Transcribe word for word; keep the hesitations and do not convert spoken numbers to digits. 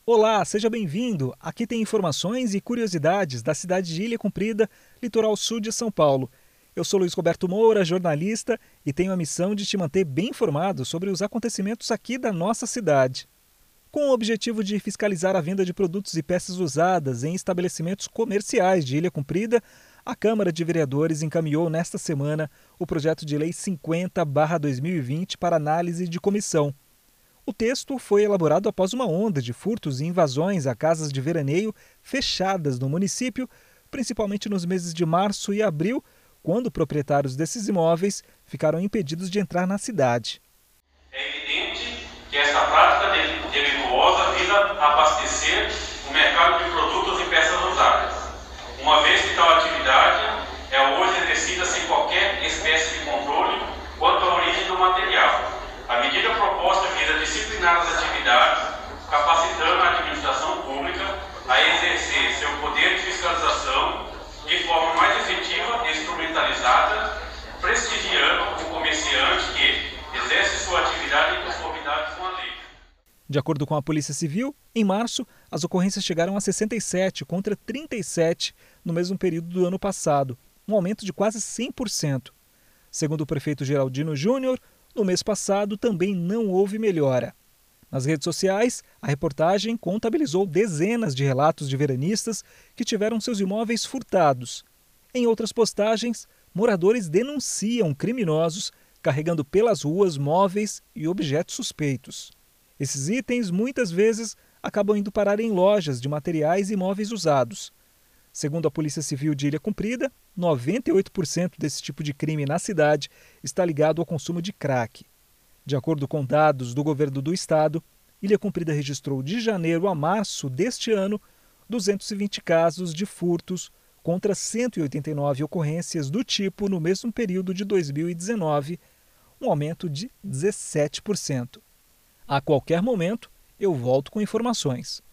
Olá, seja bem-vindo. Aqui tem informações e curiosidades da cidade de Ilha Comprida, litoral sul de São Paulo. Eu sou Luiz Roberto Moura, jornalista, e tenho a missão de te manter bem informado sobre os acontecimentos aqui da nossa cidade. Com o objetivo de fiscalizar a venda de produtos e peças usadas em estabelecimentos comerciais de Ilha Comprida, a Câmara de Vereadores encaminhou nesta semana o projeto de lei cinquenta barra dois mil e vinte para análise de comissão. O texto foi elaborado após uma onda de furtos e invasões a casas de veraneio fechadas no município, principalmente nos meses de março e abril, quando proprietários desses imóveis ficaram impedidos de entrar na cidade. É evidente que esta prática delituosa visa abastecer o mercado de produtos e peças usadas, uma vez que tal atividade é hoje exercida sem qualquer espécie de controle quanto à origem do material. A medida proposta visa disciplinar as atividades, capacitando a administração pública a exercer seu poder de fiscalização de forma mais efetiva e instrumentalizada, prestigiando o comerciante que exerce sua atividade em conformidade com a lei. De acordo com a Polícia Civil, em março, as ocorrências chegaram a sessenta e sete contra trinta e sete no mesmo período do ano passado, um aumento de quase cem por cento. Segundo o prefeito Geraldino Júnior, no mês passado também não houve melhora. Nas redes sociais, a reportagem contabilizou dezenas de relatos de veranistas que tiveram seus imóveis furtados. Em outras postagens, moradores denunciam criminosos carregando pelas ruas móveis e objetos suspeitos. Esses itens, muitas vezes, acabam indo parar em lojas de materiais e móveis usados. Segundo a Polícia Civil de Ilha Comprida, noventa e oito por cento desse tipo de crime na cidade está ligado ao consumo de crack. De acordo com dados do governo do estado, Ilha Comprida registrou de janeiro a março deste ano duzentos e vinte casos de furtos contra cento e oitenta e nove ocorrências do tipo no mesmo período de dois mil e dezenove, um aumento de dezessete por cento. A qualquer momento, eu volto com informações.